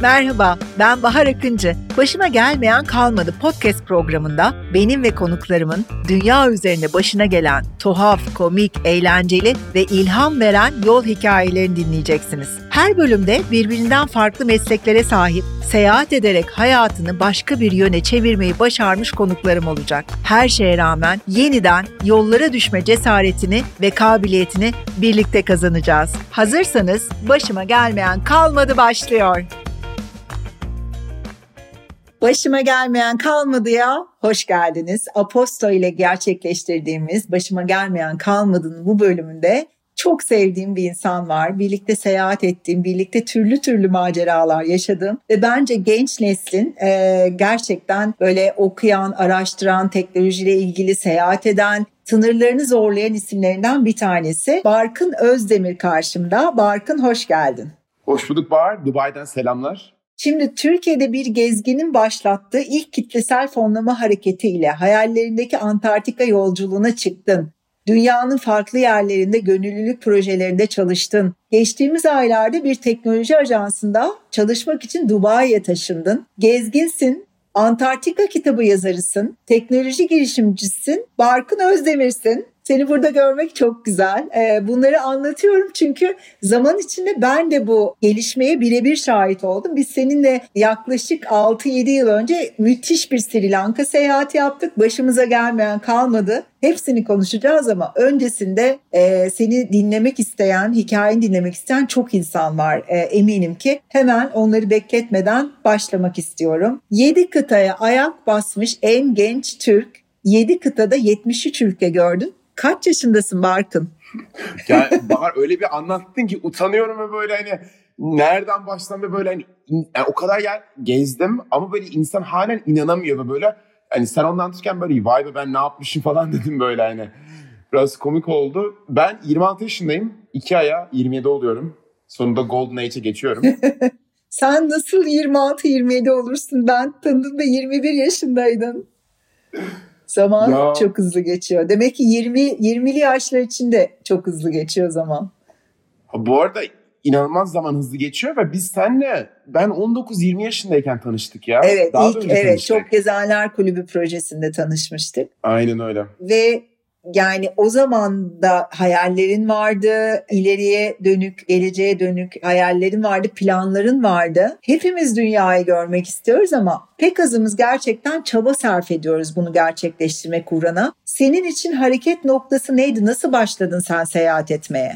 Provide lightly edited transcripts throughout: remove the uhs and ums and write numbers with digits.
Merhaba, ben Bahar Akıncı. Başıma Gelmeyen Kalmadı podcast programında benim ve konuklarımın dünya üzerinde başına gelen tuhaf, komik, eğlenceli ve ilham veren yol hikayelerini dinleyeceksiniz. Her bölümde birbirinden farklı mesleklere sahip, seyahat ederek hayatını başka bir yöne çevirmeyi başarmış konuklarım olacak. Her şeye rağmen yeniden yollara düşme cesaretini ve kabiliyetini birlikte kazanacağız. Hazırsanız Başıma Gelmeyen Kalmadı başlıyor. Başıma Gelmeyen Kalmadı'ya hoş geldiniz. Aposto ile gerçekleştirdiğimiz Başıma Gelmeyen Kalmadı'nın bu bölümünde çok sevdiğim bir insan var. Birlikte seyahat ettiğim, birlikte türlü maceralar yaşadım. Ve bence genç neslin gerçekten böyle okuyan, araştıran, teknolojiyle ilgili seyahat eden, sınırlarını zorlayan isimlerinden bir tanesi. Barkın Özdemir karşımda. Barkın, hoş geldin. Hoş bulduk Bahar. Dubai'den selamlar. Şimdi Türkiye'de bir gezginin başlattığı ilk kitlesel fonlama hareketiyle hayallerindeki Antarktika yolculuğuna çıktın. Dünyanın farklı yerlerinde gönüllülük projelerinde çalıştın. Geçtiğimiz aylarda bir teknoloji ajansında çalışmak için Dubai'ye taşındın. Gezginsin, Antarktika kitabı yazarısın, teknoloji girişimcisisin, Barkın Özdemir'sin. Seni burada görmek çok güzel. Bunları anlatıyorum çünkü zaman içinde ben de bu gelişmeye birebir şahit oldum. Biz seninle yaklaşık 6-7 yıl önce müthiş bir Sri Lanka seyahati yaptık. Başımıza gelmeyen kalmadı. Hepsini konuşacağız ama öncesinde seni dinlemek isteyen, hikayeni dinlemek isteyen çok insan var. Eminim ki hemen onları bekletmeden başlamak istiyorum. 7 kıtaya ayak basmış en genç Türk, 7 kıtada 73 ülke gördün. Kaç yaşındasın Barkın? Ya Bahar, öyle bir anlattın ki utanıyorum ve böyle hani nereden baştan ve böyle hani yani o kadar yer gezdim ama böyle insan halen inanamıyor ve böyle hani sen onu anlatırken böyle vay be ben ne yapmışım falan dedim böyle hani. Biraz komik oldu. Ben 26 yaşındayım. 2 aya 27 oluyorum. Sonunda Golden Age'e geçiyorum. Sen nasıl 26-27 olursun? Ben tanıdığımda 21 yaşındaydın. Zaman çok hızlı geçiyor. Demek ki 20'li yaşlar için de çok hızlı geçiyor zaman. Bu arada inanılmaz zaman hızlı geçiyor ve biz seninle ben 19-20 yaşındayken tanıştık ya. Evet, daha evet, Çok Gezenler Kulübü projesinde tanışmıştık. Aynen öyle. Ve yani o zaman da hayallerin vardı, ileriye dönük, geleceğe dönük hayallerin vardı, planların vardı. Hepimiz dünyayı görmek istiyoruz ama pek azımız gerçekten çaba sarf ediyoruz bunu gerçekleştirmek uğruna. Senin için hareket noktası neydi? Nasıl başladın sen seyahat etmeye?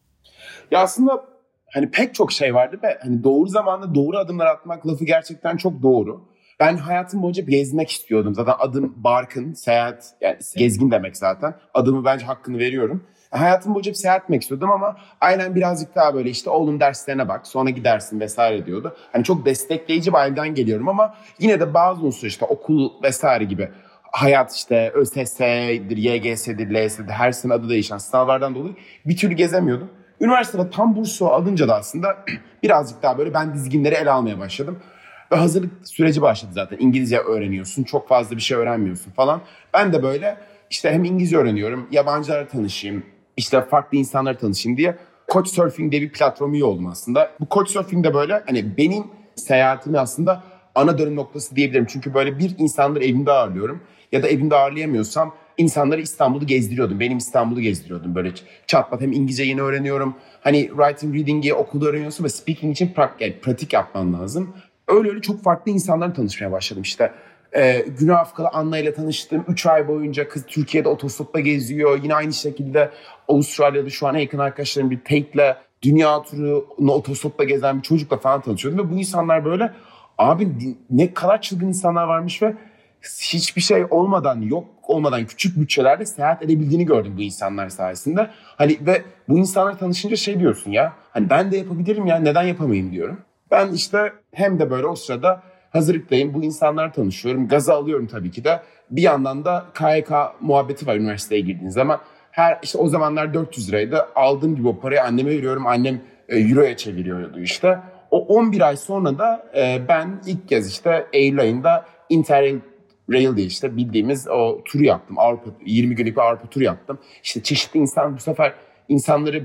Ya aslında hani pek çok şey vardı ve hani doğru zamanda doğru adımlar atmak lafı gerçekten çok doğru. Ben hayatım boyunca gezmek istiyordum. Zaten adım Barkın, seyahat, yani gezgin demek zaten. Adımı bence hakkını veriyorum. Hayatım boyunca bir seyahat etmek istiyordum ama aynen birazcık daha böyle işte oğlum derslerine bak, sonra gidersin vesaire diyordu. Hani çok destekleyici bir aileden geliyorum ama yine de bazı unsur işte okul vesaire gibi hayat işte ÖSS'dir, YGS'dir, LYS'dir her sene adı değişen sınavlardan dolayı bir türlü gezemiyordum. Üniversitede tam bursu alınca da aslında birazcık daha böyle ben dizginleri ele almaya başladım. Ve hazırlık süreci başladı zaten. İngilizce öğreniyorsun, çok fazla bir şey öğrenmiyorsun falan. Ben de böyle işte hem İngilizce öğreniyorum, yabancılarla tanışayım, işte farklı insanlarla tanışayım diye Couchsurfing diye bir platform üye oldum aslında. Bu Couchsurfing de böyle hani benim seyahatimin aslında ana dönüm noktası diyebilirim. Çünkü böyle bir insanları evimde ağırlıyorum ya da evimde ağırlayamıyorsam insanları İstanbul'u gezdiriyordum. Benim İstanbul'u gezdiriyordum böyle çatpat. Hem İngilizce yeni öğreniyorum. Hani writing, reading'i okulda öğreniyorsun ve speaking için pratik yapman lazım. Öyle çok farklı insanlarla tanışmaya başladım işte. Güney Afrikalı Anna ile tanıştım. 3 ay boyunca kız Türkiye'de otostopla geziyor. Yine aynı şekilde Avustralya'da şu an en yakın arkadaşlarım bir Tate'le dünya turunu otostopla gezen bir çocukla falan tanışıyordum. Ve bu insanlar böyle abi ne kadar çılgın insanlar varmış ve hiçbir şey olmadan, yok olmadan küçük bütçelerde seyahat edebildiğini gördüm bu insanlar sayesinde. Hani ve bu insanlarla tanışınca şey diyorsun ya, hani ben de yapabilirim ya, neden yapamayayım diyorum. Ben işte hem de böyle o sırada hazırlıktayım, bu insanlarla tanışıyorum, gaza alıyorum tabii ki de. Bir yandan da KYK muhabbeti var üniversiteye girdiğiniz zaman. İşte o zamanlar 400 liraydı. Aldığım gibi o parayı anneme veriyorum. Annem euroya çeviriyordu işte. O 11 ay sonra da ben ilk kez işte Eylül ayında Interrail diye işte bildiğimiz o turu yaptım. 20 günlük bir Avrupa turu yaptım. İşte çeşitli insan, bu sefer insanları ben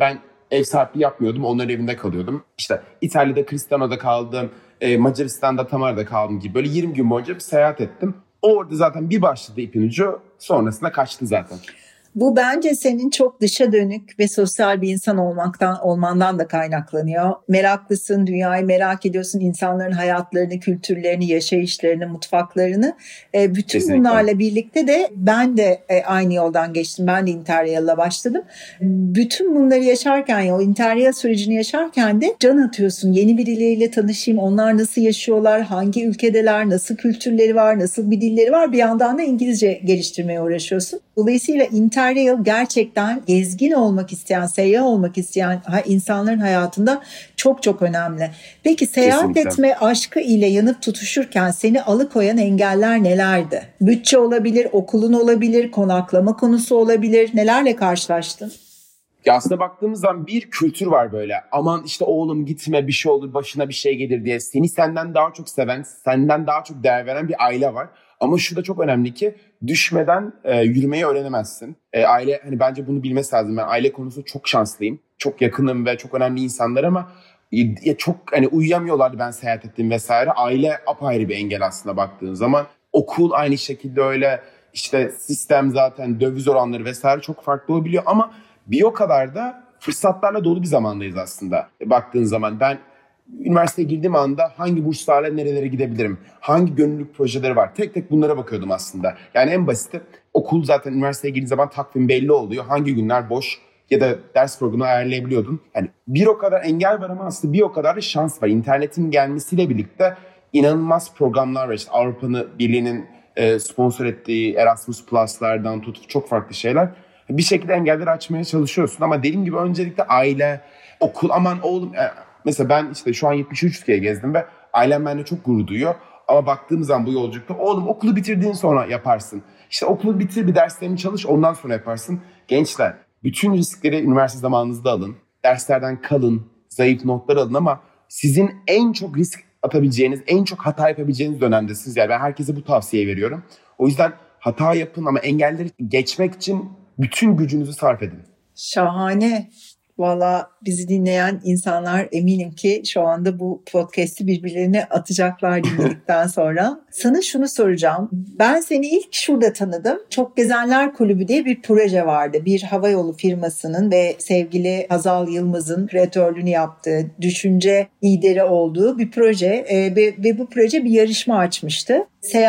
ev sahipliği yapmıyordum. Onların evinde kalıyordum. İşte İtalya'da Cristiano'da kaldım. Macaristan'da Tamara'da kaldım gibi. Böyle 20 gün boyunca bir seyahat ettim. Orada zaten bir başladı ipin ucu. Sonrasında kaçtı zaten. Bu bence senin çok dışa dönük ve sosyal bir insan olmandan da kaynaklanıyor. Meraklısın, dünyayı merak ediyorsun, insanların hayatlarını, kültürlerini, yaşayışlarını, mutfaklarını. Bütün Kesinlikle. bunlarla birlikte de ben de aynı yoldan geçtim. Ben de Interrail'la başladım. Bütün bunları yaşarken, o Interrail sürecini yaşarken de can atıyorsun. Yeni birileriyle tanışayım, onlar nasıl yaşıyorlar, hangi ülkedeler, nasıl kültürleri var, nasıl bir dilleri var. Bir yandan da İngilizce geliştirmeye uğraşıyorsun. Dolayısıyla Interrail gerçekten gezgin olmak isteyen, seyyah olmak isteyen insanların hayatında çok çok önemli. Peki seyahat Kesinlikle. etme aşkı ile yanıp tutuşurken seni alıkoyan engeller nelerdi? Bütçe olabilir, okulun olabilir, konaklama konusu olabilir. Nelerle karşılaştın? Ya aslında baktığımız zaman bir kültür var böyle. Aman işte oğlum gitme, bir şey olur, başına bir şey gelir diye. Seni senden daha çok seven, senden daha çok değer veren bir aile var. Ama şu da çok önemli ki düşmeden yürümeyi öğrenemezsin. Aile, hani bence bunu bilmesi lazım. Ben aile konusunda çok şanslıyım. Çok yakınım ve çok önemli insanlar ama çok hani uyuyamıyorlardı ben seyahat ettiğim vesaire. Aile apayrı bir engel aslında baktığın zaman. Okul aynı şekilde öyle. İşte sistem zaten, döviz oranları vesaire çok farklı olabiliyor ama bir o kadar da fırsatlarla dolu bir zamandayız aslında. Baktığın zaman ben üniversiteye girdiğim anda hangi burslarla nerelere gidebilirim? Hangi gönüllülük projeleri var? Tek tek bunlara bakıyordum aslında. Yani en basiti okul, zaten üniversiteye girdiğin zaman takvim belli oluyor. Hangi günler boş ya da ders programını ayarlayabiliyordun. Yani bir o kadar engel var ama aslında bir o kadar da şans var. İnternetin gelmesiyle birlikte inanılmaz programlar var. İşte Avrupa'nın Birliği'nin sponsor ettiği Erasmus Plus'lardan tut çok farklı şeyler. Bir şekilde engelleri açmaya çalışıyorsun ama dediğim gibi öncelikle aile, okul, aman oğlum. Mesela ben işte şu an 73 ülkeye gezdim ve ailem benimle çok gurur duyuyor. Ama baktığım zaman bu yolculukta oğlum okulu bitirdiğin sonra yaparsın. İşte okulu bitir, bir derslerini çalış, ondan sonra yaparsın. Gençler, bütün riskleri üniversite zamanınızda alın. Derslerden kalın, zayıf notlar alın ama sizin en çok risk atabileceğiniz, en çok hata yapabileceğiniz dönemdesiniz. Yani ben herkese bu tavsiyeyi veriyorum. O yüzden hata yapın ama engelleri geçmek için bütün gücünüzü sarf edin. Şahane. Valla bizi dinleyen insanlar eminim ki şu anda bu podcast'i birbirlerine atacaklar dinledikten sonra. Sana şunu soracağım. Ben seni ilk şurada tanıdım. Çok Gezenler Kulübü diye bir proje vardı. Bir havayolu firmasının ve sevgili Hazal Yılmaz'ın kreatörlüğünü yaptığı, düşünce lideri olduğu bir proje. Ve bu proje bir yarışma açmıştı.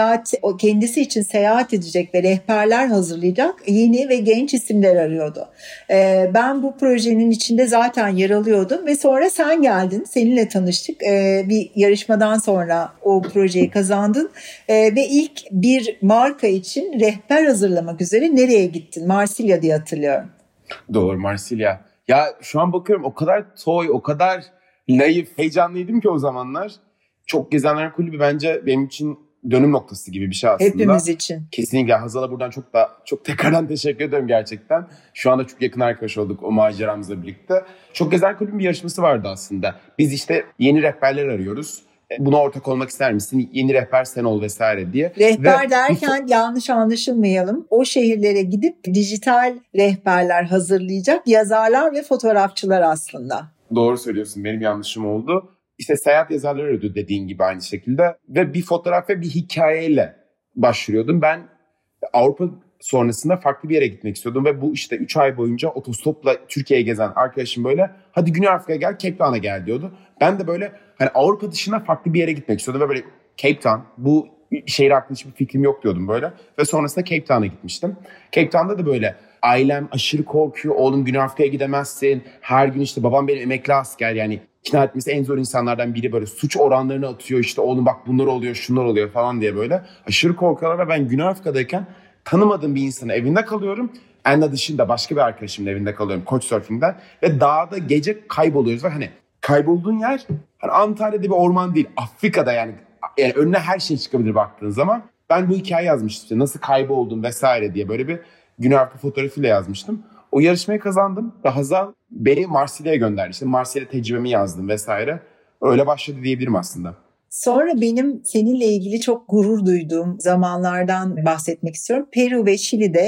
Kendisi için seyahat edecek ve rehberler hazırlayacak yeni ve genç isimler arıyordu. Ben bu projenin içinde zaten yer alıyordum ve sonra sen geldin, seninle tanıştık. Bir yarışmadan sonra o projeyi kazandın ve ilk bir marka için rehber hazırlamak üzere nereye gittin? Marsilya diye hatırlıyorum. Doğru, Marsilya. Ya şu an bakıyorum, o kadar o kadar naif, heyecanlıydım ki o zamanlar. Çok Gezenler Kulübü bence benim için dönüm noktası gibi bir şey aslında. Hepimiz için. Kesinlikle. Hazal'a buradan çok tekrardan teşekkür ederim gerçekten. Şu anda çok yakın arkadaş olduk o maceramızla birlikte. Çok Gezenler Kulübü'nün bir yarışması vardı aslında. Biz işte yeni rehberler arıyoruz. Buna ortak olmak ister misin? Yeni rehber sen ol vesaire diye. Rehber derken yanlış anlaşılmayalım. O şehirlere gidip dijital rehberler hazırlayacak yazarlar ve fotoğrafçılar aslında. Doğru söylüyorsun. Benim yanlışım oldu. İşte seyahat yazarları arıyordu dediğin gibi aynı şekilde. Ve bir fotoğraf ve bir hikayeyle başvuruyordum. Ben Avrupa sonrasında farklı bir yere gitmek istiyordum. Ve bu işte 3 ay boyunca otostopla Türkiye'yi gezen arkadaşım böyle hadi Güney Afrika'ya gel, Cape Town'a gel diyordu. Ben de böyle hani Avrupa dışında farklı bir yere gitmek istiyordum. Ve böyle Cape Town, bu şehir hakkında hiçbir fikrim yok diyordum böyle. Ve sonrasında Cape Town'a gitmiştim. Cape Town'da da böyle ailem aşırı korkuyor. Oğlum Güney Afrika'ya gidemezsin. Her gün işte babam benim emekli asker, yani ikna etmesi en zor insanlardan biri, böyle suç oranlarını atıyor, işte oğlum bak bunlar oluyor şunlar oluyor falan diye böyle aşırı korkuyorlar. Ve ben Güney Afrika'dayken tanımadığım bir insanın evinde kalıyorum. Enna dışında başka bir arkadaşımın evinde kalıyorum Couchsurfing'den ve dağda gece kayboluyoruz ve hani kaybolduğun yer hani Antalya'da bir orman değil, Afrika'da, yani önüne her şey çıkabilir baktığın zaman. Ben bu hikayeyi yazmıştım işte nasıl kayboldum vesaire diye, böyle bir Güney Afrika fotoğrafıyla yazmıştım. O yarışmayı kazandım ve Hazal beni Marsilya'ya gönderdi. İşte Marsilya tecrübemi yazdım vesaire. Öyle başladı diyebilirim aslında. Sonra benim seninle ilgili çok gurur duyduğum zamanlardan bahsetmek istiyorum. Peru ve Şili'de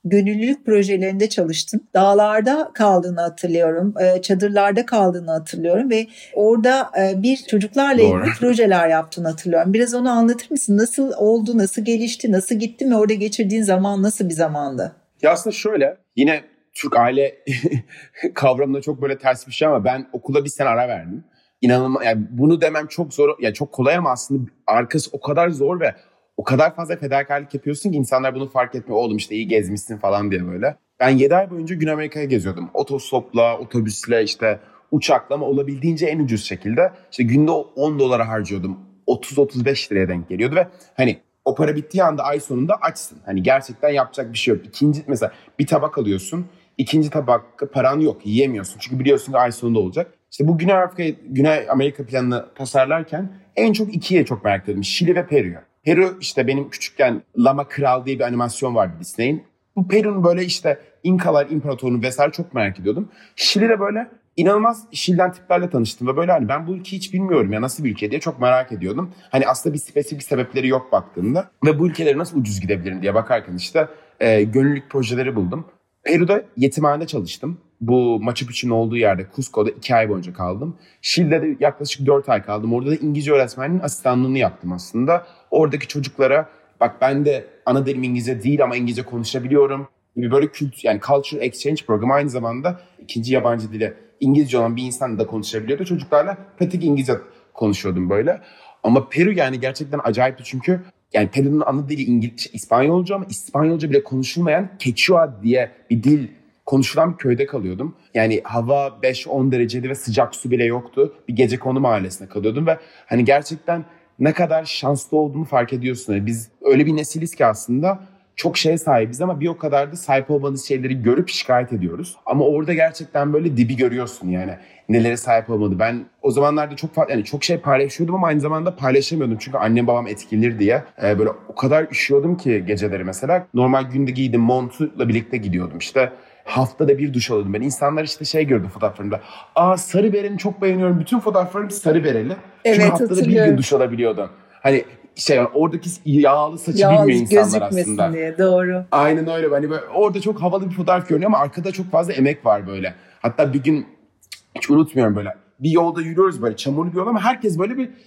gönüllülük projelerinde çalıştın. Dağlarda kaldığını hatırlıyorum, çadırlarda kaldığını hatırlıyorum ve orada bir çocuklarla ilgili projeler yaptığını hatırlıyorum. Biraz onu anlatır mısın? Nasıl oldu, nasıl gelişti, nasıl gitti ve orada geçirdiğin zaman nasıl bir zamandı? Ya aslında şöyle, yine Türk aile kavramında çok böyle ters bir şey ama ben okula bir sene ara verdim. İnanılmaz, yani bunu demem çok zor, yani çok kolay ama aslında arkası o kadar zor ve o kadar fazla fedakarlık yapıyorsun ki insanlar bunu fark etmiyor. Oğlum işte iyi gezmişsin falan diye böyle. Ben 7 ay boyunca Güney Amerika'ya geziyordum. Otostopla, otobüsle, işte uçakla ama olabildiğince en ucuz şekilde. İşte günde $10 harcıyordum. 30-35 liraya denk geliyordu ve hani o para bittiği anda ay sonunda açsın. Hani gerçekten yapacak bir şey yok. Mesela bir tabak alıyorsun. İkinci tabak paran yok. Yiyemiyorsun. Çünkü biliyorsun ki ay sonunda olacak. İşte bu Güney Amerika planını tasarlarken en çok ikiye çok merak ettim. Şili ve Peru'yu. Peru işte benim küçükken Lama Kral diye bir animasyon vardı Disney'in. Bu Peru'nun böyle işte İnkalar İmparatorluğunu vesaire çok merak ediyordum. Şili'de böyle inanılmaz Şili'den tiplerle tanıştım ve böyle hani ben bu ülkeyi hiç bilmiyorum ya nasıl bir ülke diye çok merak ediyordum. Hani aslında bir spesifik sebepleri yok baktığımda ve bu ülkelere nasıl ucuz gidebilirim diye bakarken işte gönüllülük projeleri buldum. Peru'da yetimhanede çalıştım. Bu Machu Picchu'nun olduğu yerde Cusco'da 2 ay boyunca kaldım. Şili'de de yaklaşık 4 ay kaldım. Orada da İngilizce öğretmenliğinin asistanlığını yaptım aslında. Oradaki çocuklara bak ben de ana dilim İngilizce değil ama İngilizce konuşabiliyorum. Bir böyle yani culture exchange programı aynı zamanda ikinci yabancı dile İngilizce olan bir insan da konuşabiliyordu. Çocuklarla pratik İngilizce konuşuyordum böyle. Ama Peru yani gerçekten acayipti çünkü yani Peru'nun ana dili İspanyolca ama İspanyolca bile konuşulmayan Quechua diye bir dil konuşulan bir köyde kalıyordum. Yani hava 5-10 dereceydi ve sıcak su bile yoktu. Bir gecekondu mahallesinde kalıyordum ve hani gerçekten ne kadar şanslı olduğumu fark ediyorsun. Yani biz öyle bir nesiliz ki aslında çok şeye sahibiz ama bir o kadar da sahip olmadığımız şeyleri görüp şikayet ediyoruz. Ama orada gerçekten böyle dibi görüyorsun yani. Nelere sahip olmadı. Ben o zamanlarda çok şey paylaşıyordum ama aynı zamanda paylaşamıyordum. Çünkü annem babam etkilenir diye. Böyle o kadar üşüyordum ki geceleri mesela. Normal günde giydiğim montla birlikte gidiyordum işte. Haftada bir duş alıyordum ben. İnsanlar işte şey gördü fotoğraflarımda. Sarıbereni çok beğeniyorum. Bütün fotoğraflarım sarıbereli. Çünkü Evet, haftada bir gün duş alabiliyordum. Hani oradaki yağlı saçı bilmiyor insanlar aslında. Diye, doğru. Aynen öyle. Hani böyle orada çok havalı bir fotoğraf görünüyor ama arkada çok fazla emek var böyle. Hatta bir gün hiç unutmuyorum böyle. Bir yolda yürüyoruz böyle çamurlu bir yol ama herkes böyle bir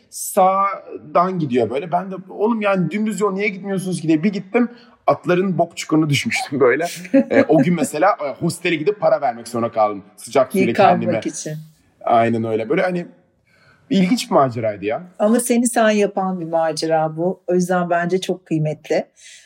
sağdan gidiyor böyle. Ben de oğlum yani dümdüz yol niye gitmiyorsunuz ki diye bir gittim. Atların bok çukuruna düşmüştüm böyle. O gün mesela hostele gidip para vermek zorunda kaldım. Sıcak suyla kendime. için. Aynen öyle. Böyle hani İlginç bir maceraydı ya. Ama seni sen yapan bir macera bu. O yüzden bence çok kıymetli.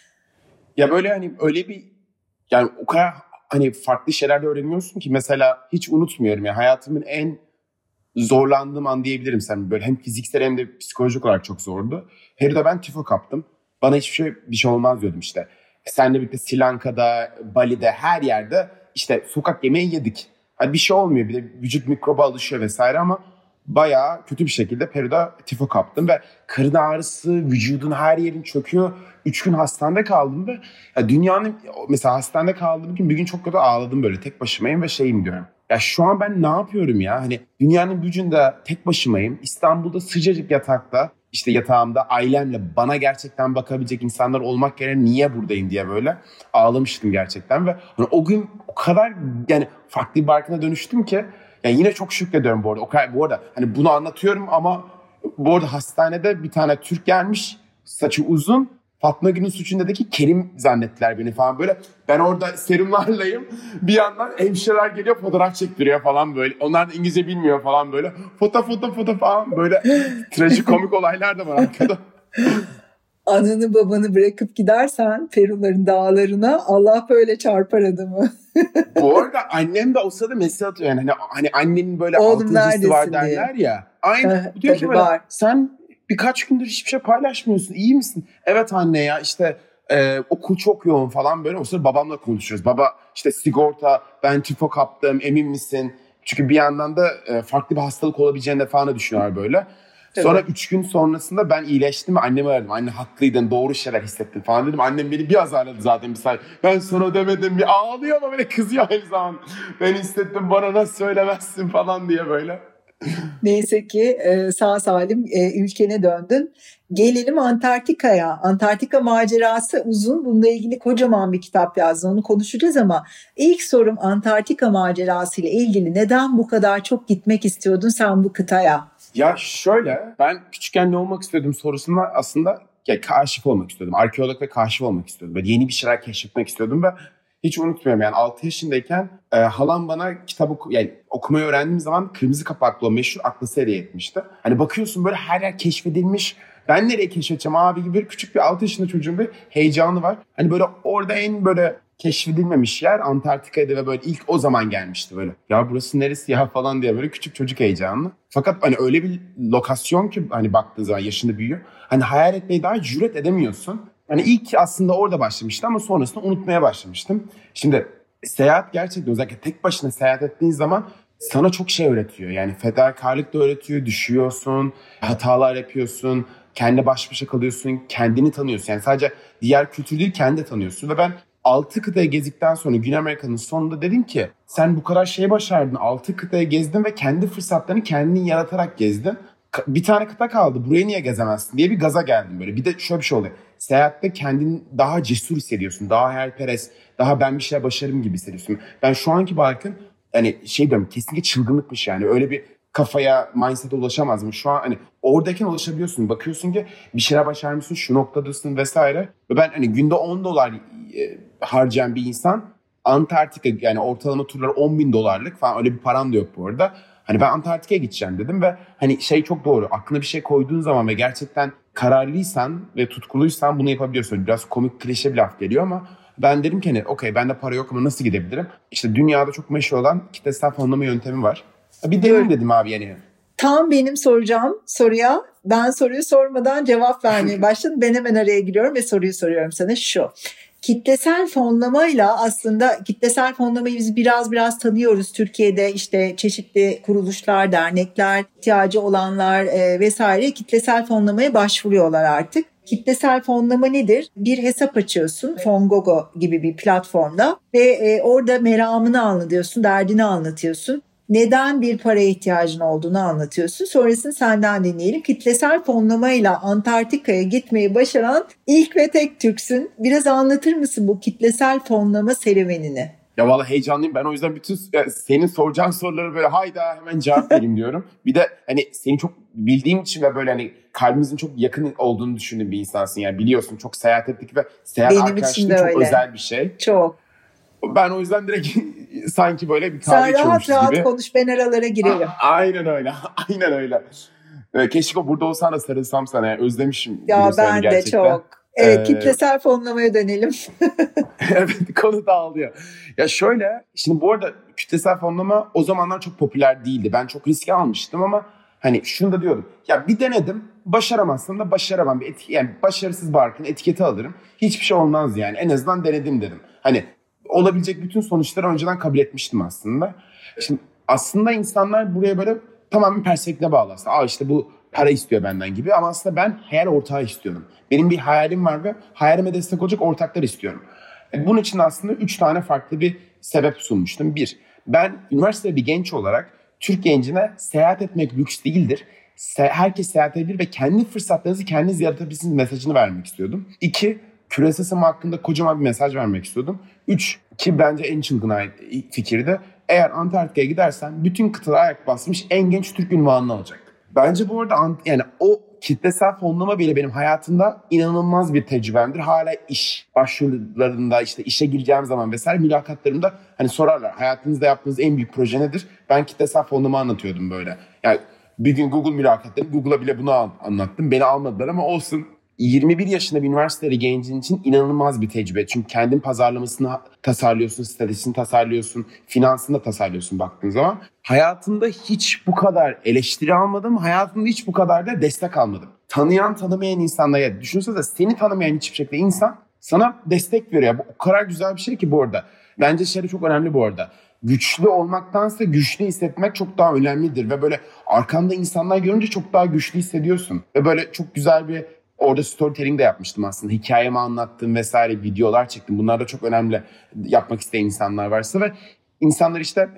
Ya böyle hani öyle bir yani o kadar hani farklı şeyler de öğreniyorsun ki mesela hiç unutmuyorum ya hayatımın en zorlandığım an diyebilirim sen böyle hem fiziksel hem de psikolojik olarak çok zordu. Peru'da ben tifo kaptım. Bana bir şey olmaz diyordum işte. Seninle birlikte Sri Lanka'da, Bali'de her yerde işte sokak yemeği yedik. Hani bir şey olmuyor bir de vücut mikroba alışıyor vesaire ama bayağı kötü bir şekilde Peru'da tifo kaptım ve karın ağrısı, vücudun her yerin çöküyor. 3 gün hastanede kaldım ve ya dünyanın mesela hastanede kaldığım gün bir gün çok kötü ağladım böyle tek başımayım ve şeyim diyorum. Ya şu an ben ne yapıyorum ya? Hani dünyanın bir ucunda tek başımayım. İstanbul'da sıcacık yatakta işte yatağımda ailemle bana gerçekten bakabilecek insanlar olmak yerine niye buradayım diye böyle ağlamıştım gerçekten ve hani o gün o kadar yani farklı bir barkına dönüştüm ki yani yine çok şükrediyorum bu arada. Bu arada hani bunu anlatıyorum ama bu arada hastanede bir tane Türk gelmiş, saçı uzun. Fatma Gül'ün Suçunda'daki Kerim zannettiler beni falan böyle. Ben orada serumlarlayım. Bir yandan hemşireler geliyor fotoğraf çektiriyor falan böyle. Onlar da İngilizce bilmiyor falan böyle. Foto falan böyle trajikomik olaylar da var arkada. Ananı babanı bırakıp gidersen Peruların dağlarına Allah böyle çarpar adamı. Bu arada annem de o sırada mesaj atıyor. Yani hani annenin böyle altıncısı var derler ya. Aynen. Diyor ki böyle var. Sen birkaç gündür hiçbir şey paylaşmıyorsun. İyi misin? Evet anne ya işte okul çok yoğun falan böyle. O sırada babamla konuşuyoruz. Baba işte sigorta ben tifo kaptım emin misin? Çünkü bir yandan da farklı bir hastalık olabileceğini de falan düşünüyorlar böyle. Sonra 3 gün sonrasında ben iyileştim ve annemi aradım. Anne haklıydın doğru şeyler hissettin falan dedim. Annem beni bir azarladı zaten bir saat. Ben sana demedim bir ağlıyor ama böyle kızıyor aynı zaman. Ben hissettim bana nasıl söylemezsin falan diye böyle. Neyse ki sağ salim ülkene döndün. Gelelim Antarktika'ya. Antarktika macerası uzun. Bununla ilgili kocaman bir kitap yazdın. Onu konuşacağız ama ilk sorum Antarktika macerası ile ilgili. Neden bu kadar çok gitmek istiyordun sen bu kıtaya? Ya şöyle, ben küçükken ne olmak istiyordum sorusuna aslında kaşif olmak istiyordum. Arkeolog ve kaşif olmak istiyordum. Böyle yeni bir şeyler keşfetmek istiyordum ve hiç unutmuyorum yani 6 yaşındayken halam bana kitabı yani okumayı öğrendiğim zaman kırmızı kapaklı o meşhur Atlas'ı hediye etmişti. Hani bakıyorsun böyle her yer keşfedilmiş. Ben nereye keşfedeceğim abi gibi bir küçük bir 6 yaşında çocuğun bir heyecanı var. Hani böyle orada en böyle keşfedilmemiş yer Antarktika'ydı ve böyle ilk o zaman gelmişti böyle. Ya burası neresi ya falan diye böyle küçük çocuk heyecanlı. Fakat hani öyle bir lokasyon ki hani baktığın zaman yaşında büyüyor. Hani hayal etmeyi daha cüret edemiyorsun. Hani ilk aslında orada başlamıştı ama sonrasında unutmaya başlamıştım. Şimdi seyahat gerçekten özellikle tek başına seyahat ettiğin zaman sana çok şey öğretiyor. Yani fedakarlık da öğretiyor, düşüyorsun, hatalar yapıyorsun, kendine baş başa kalıyorsun, kendini tanıyorsun. Yani sadece diğer kültür değil, kendini tanıyorsun. Ve ben 6 kıtayı gezdikten sonra Güney Amerika'nın sonunda dedim ki sen bu kadar şey başardın, 6 kıtayı gezdin ve kendi fırsatlarını kendin yaratarak gezdin. Bir tane kıta kaldı, burayı niye gezemezsin diye bir gaza geldim böyle. Bir de şöyle bir şey oluyor. Seyahatte kendini daha cesur hissediyorsun, daha hayalperest, daha ben bir şey başarırım gibi hissediyorsun. Ben şu anki Barkın hani şey diyorum kesinlikle çılgınlıkmış yani. Öyle bir kafaya, mindset'e ulaşamaz mı? Şu an hani oradayken ulaşabiliyorsun. Bakıyorsun ki bir şeyler başarmışsın, şu noktadasın vesaire. Ve ben hani günde $10 harcayan bir insan Antarktika yani ortalama turları $10.000 falan öyle bir param da yok bu arada. Hani ben Antarktika'ya gideceğim dedim ve hani şey çok doğru. Aklına bir şey koyduğun zaman ve gerçekten kararlıysan ve tutkuluysan bunu yapabiliyorsun. Biraz komik klişe bir laf geliyor ama ben dedim ki hani okey bende para yok ama nasıl gidebilirim? İşte dünyada çok meşhur olan kitlesel fonlama yöntemi var. Bir deneyim dedim abi yani. Tam benim soracağım soruya ben soruyu sormadan cevap vermeye başladım. Ben hemen araya giriyorum ve soruyu soruyorum sana şu. Kitlesel fonlamayla aslında kitlesel fonlamayı biz biraz tanıyoruz. Türkiye'de işte çeşitli kuruluşlar, dernekler, ihtiyacı olanlar vesaire kitlesel fonlamaya başvuruyorlar artık. Kitlesel fonlama nedir? Bir hesap açıyorsun Fongogo gibi bir platformda ve orada meramını anlatıyorsun, derdini anlatıyorsun. Neden bir paraya ihtiyacın olduğunu anlatıyorsun. Sonrasını senden dinleyelim. Kitlesel fonlamayla Antarktika'ya gitmeyi başaran ilk ve tek Türksün. Biraz anlatır mısın bu kitlesel fonlama serüvenini? Ya vallahi heyecanlıyım. Ben o yüzden bütün senin soracağın soruları böyle hayda hemen cevap vereyim diyorum. Bir de hani seni çok bildiğim için ve böyle hani kalbimizin çok yakın olduğunu düşündüğüm bir insansın. Yani biliyorsun çok seyahat ettik ve seyahat benim arkadaşlığı çok özel bir şey. Çok. Ben o yüzden direkt sanki böyle bir kahve içiyormuşuz gibi. Sen rahat konuş ben aralara girerim. Aynen öyle. Aynen öyle. Keşke burada olsan da sarılsam sana. Yani özlemişim. Ya ben de gerçekten. çok. Evet kitlesel fonlamaya dönelim. Evet konu dağılıyor. Ya şöyle şimdi bu arada kitlesel fonlama o zamanlar çok popüler değildi. Ben çok riske almıştım ama hani şunu da diyordum. Ya bir denedim. Başaramazsam da başaramam. Yani başarısız Barkın etiketi alırım. Hiçbir şey olmaz yani. En azından denedim dedim. Hani olabilecek bütün sonuçları önceden kabul etmiştim aslında. Şimdi aslında insanlar buraya böyle tamamen perspektife bağlı aslında. İşte bu para istiyor benden gibi ama aslında ben hayal ortağı istiyordum. Benim bir hayalim var ve hayalime destek olacak ortaklar istiyorum. Bunun için aslında 3 tane farklı bir sebep sunmuştum. Bir, ben üniversitede bir genç olarak Türk gencine seyahat etmek lüks değildir. Herkes seyahat edebilir ve kendi fırsatlarınızı kendiniz yaratabilirsiniz mesajını vermek istiyordum. 2, küresel ısınma hakkında kocaman bir mesaj vermek istiyordum. 3, ki bence en çılgın fikirdi. Eğer Antarktika'ya gidersen bütün kıtada ayak basmış en genç Türk ünvanını alacak. Bence bu arada yani o kitlesel fonlama bile benim hayatımda inanılmaz bir tecrübemdir. Hala iş başvurularında işte işe gireceğim zaman vesaire mülakatlarımda hani sorarlar hayatınızda yaptığınız en büyük proje nedir? Ben kitlesel fonlama anlatıyordum böyle. Yani bir gün Google mülakatları Google'a bile bunu anlattım. Beni almadılar ama olsun. 21 yaşında bir üniversiteli gencin için inanılmaz bir tecrübe. Çünkü kendin pazarlamasını tasarlıyorsun, stratejisini tasarlıyorsun, finansını da tasarlıyorsun baktığın zaman. Hayatımda hiç bu kadar eleştiri almadım, hayatımda hiç bu kadar da destek almadım. Tanıyan tanımayan insanlara, düşünsene seni tanımayan hiçbir şekilde insan sana destek veriyor. Bu o kadar güzel bir şey ki bu arada. Bence şey de çok önemli bu arada. Güçlü olmaktansa güçlü hissetmek çok daha önemlidir. Ve böyle arkanda insanlar görünce çok daha güçlü hissediyorsun. Ve böyle çok güzel bir orada storytelling de yapmıştım aslında. Hikayemi anlattım vesaire videolar çektim. Bunlar da çok önemli yapmak isteyen insanlar varsa ve insanlar işte yani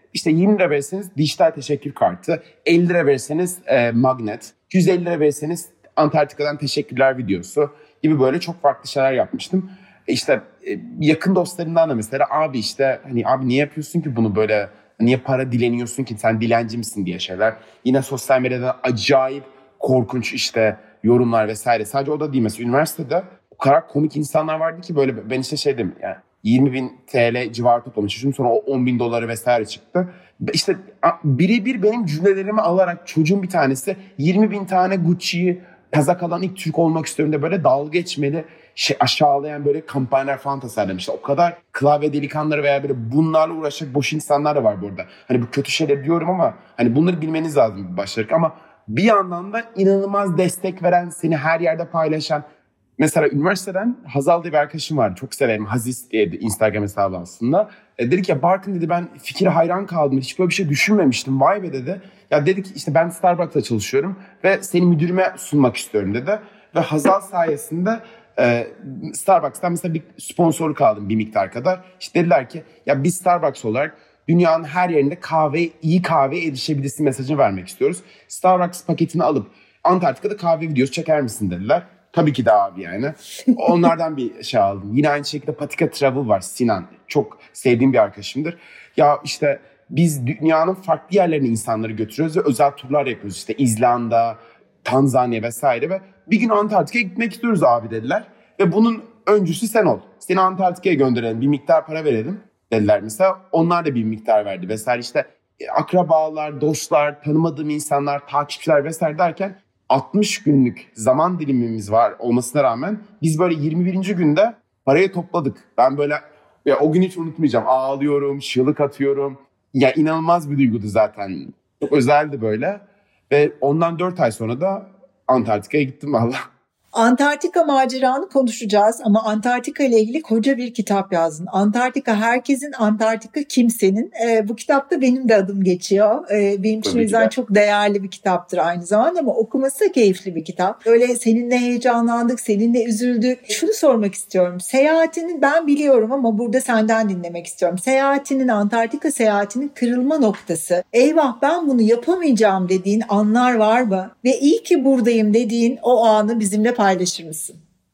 İşte 20 lira verirseniz dijital teşekkür kartı, 50 lira verirseniz magnet, 150 lira verirseniz Antarktika'dan teşekkürler videosu gibi böyle çok farklı şeyler yapmıştım. İşte yakın dostlarımdan da mesela abi işte hani abi niye yapıyorsun ki bunu böyle, niye para dileniyorsun ki, sen dilenci misin diye şeyler. Yine sosyal medyada acayip korkunç işte yorumlar vesaire. Sadece o da değil, mesela üniversitede o kadar komik insanlar vardı ki böyle ben işte şey dedim yani 20.000 TL civarı toplamışım, sonra o 10.000 doları vesaire çıktı. İşte birebir benim cümlelerimi alarak çocuğun bir tanesi 20.000 tane Gucci'yi kazak alan ilk Türk olmak istiyorum da böyle dalga geçmeli, aşağılayan böyle kampanyalar falan tasarlamışlar. O kadar klavye delikanlıları veya böyle bunlarla uğraşacak boş insanlar da var burada. Hani bu kötü şeyler diyorum ama hani bunları bilmeniz lazım başlarken, ama bir yandan da inanılmaz destek veren, seni her yerde paylaşan. Mesela üniversiteden Hazal diye bir arkadaşım vardı. Çok severim. Hazis diye Instagram hesabı aslında. Dedi ki Barkın dedi, ben fikre hayran kaldım. Hiç böyle bir şey düşünmemiştim. Vay be dedi. Ya dedi ki işte ben Starbucks'ta çalışıyorum ve seni müdürüme sunmak istiyorum dedi. Ve Hazal sayesinde Starbucks'tan mesela bir sponsorluk aldım bir miktar kadar. İşte dediler ki ya biz Starbucks olarak dünyanın her yerinde iyi kahveye erişebilirsin mesajını vermek istiyoruz. Starbucks paketini alıp Antarktika'da kahve videosu çeker misin dediler. Tabii ki de abi yani. Onlardan bir şey aldım. Yine aynı şekilde Patika Travel var, Sinan. Çok sevdiğim bir arkadaşımdır. Ya işte biz dünyanın farklı yerlerine insanları götürüyoruz ve özel turlar yapıyoruz. İşte İzlanda, Tanzanya vesaire ve bir gün Antarktika'ya gitmek istiyoruz abi dediler. Ve bunun öncüsü sen ol. Seni Antarktika'ya gönderelim, bir miktar para verelim dediler mesela. Onlar da bir miktar verdi vesaire, işte akrabalar, dostlar, tanımadığım insanlar, takipçiler vesaire derken 60 günlük zaman dilimimiz var olmasına rağmen biz böyle 21. günde parayı topladık. Ben böyle ya o gün hiç unutmayacağım. Ağlıyorum, çığlık atıyorum. Ya inanılmaz bir duyguydu zaten. Çok özeldi böyle. Ve ondan 4 ay sonra da Antarktika'ya gittim valla. Antarktika maceranı konuşacağız ama Antarktika ile ilgili koca bir kitap yazdın. Antarktika herkesin, Antarktika kimsenin. Bu kitapta benim de adım geçiyor. Benim için yüzden çok değerli bir kitaptır aynı zamanda ama okuması da keyifli bir kitap. Öyle seninle heyecanlandık, seninle üzüldük. Şunu sormak istiyorum. Seyahatini ben biliyorum ama burada senden dinlemek istiyorum. Antarktika seyahatinin kırılma noktası. Eyvah ben bunu yapamayacağım dediğin anlar var mı? Ve iyi ki buradayım dediğin o anı bizimle paylaşır mısın?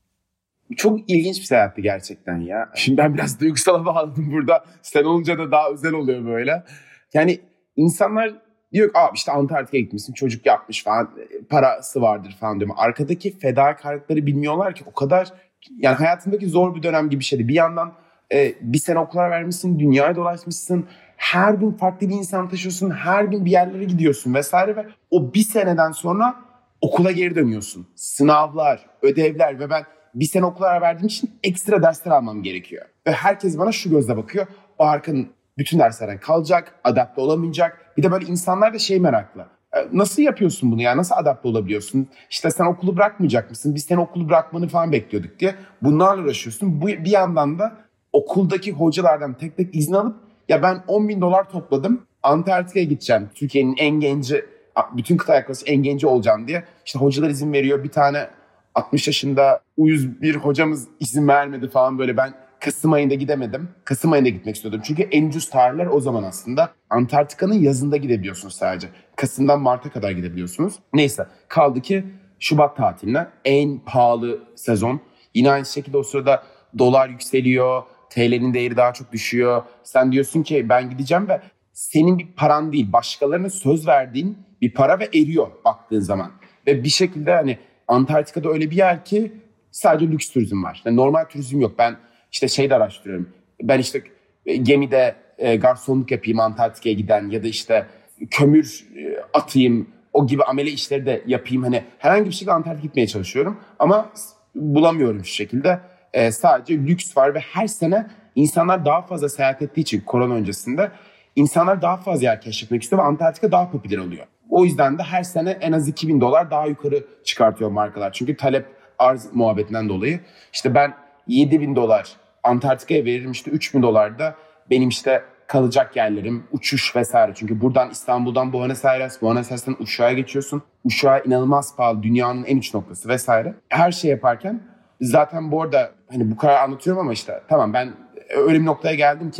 Çok ilginç bir seyahatti gerçekten ya. Şimdi ben biraz duygusala bağladım burada. Sen olunca da daha özel oluyor böyle. Yani insanlar diyor ki işte Antarktika'ya gitmişsin, çocuk yapmış falan, parası vardır falan diyor. Arkadaki fedakarlıkları bilmiyorlar ki, o kadar yani hayatındaki zor bir dönem gibi bir şeydi. Bir yandan bir sene okula vermişsin, dünyayı dolaşmışsın. Her gün farklı bir insan taşıyorsun, her gün bir yerlere gidiyorsun vesaire ve o bir seneden sonra okula geri dönüyorsun. Sınavlar, ödevler ve ben bir sene okula verdiğim için ekstra dersler almam gerekiyor. Ve herkes bana şu gözle bakıyor. O Arkın bütün derslerden kalacak, adapte olamayacak. Bir de böyle insanlar da meraklı. Nasıl yapıyorsun bunu ya? Nasıl adapte olabiliyorsun? İşte sen okulu bırakmayacak mısın? Biz senin okulu bırakmanı falan bekliyorduk diye. Bunlarla uğraşıyorsun. Bir yandan da okuldaki hocalardan tek tek izin alıp ya ben 10.000 dolar topladım. Antarktika'ya gideceğim. Türkiye'nin en genci, bütün kıta yaklaşık en genci olacağım diye. İşte hocalar izin veriyor. Bir tane 60 yaşında uyuz bir hocamız izin vermedi falan böyle. Ben Kasım ayında gidemedim. Kasım ayında gitmek istiyordum. Çünkü en ucuz tarihler o zaman aslında. Antarktika'nın yazında gidebiliyorsunuz sadece. Kasım'dan Mart'a kadar gidebiliyorsunuz. Neyse kaldı ki Şubat tatiline en pahalı sezon. Yine aynı şekilde o sırada dolar yükseliyor. TL'nin değeri daha çok düşüyor. Sen diyorsun ki ben gideceğim ve senin bir paran değil, başkalarına söz verdiğin bir para ve eriyor baktığın zaman. Ve bir şekilde hani Antarktika'da öyle bir yer ki sadece lüks turizm var. Yani normal turizm yok. Ben işte de araştırıyorum. Ben işte gemide garsonluk yapayım Antarktika'ya giden ya da işte kömür atayım, o gibi amele işleri de yapayım. Hani herhangi bir şekilde Antarktika'ya gitmeye çalışıyorum ama bulamıyorum şu şekilde. Sadece lüks var ve her sene insanlar daha fazla seyahat ettiği için korona öncesinde insanlar daha fazla yer keşfetmek istiyor ve Antarktika daha popüler oluyor. O yüzden de her sene en az 2.000 dolar daha yukarı çıkartıyor markalar. Çünkü talep arz muhabbetinden dolayı. İşte ben 7.000 dolar Antarktika'ya veririm, işte 3.000 dolar da benim işte kalacak yerlerim, uçuş vesaire. Çünkü buradan İstanbul'dan Buenos Aires'ten uçağa geçiyorsun. Uçağa inanılmaz pahalı, dünyanın en uç noktası vesaire. Her şey yaparken zaten bu arada hani bu kadar anlatıyorum ama işte tamam ben öyle bir noktaya geldim ki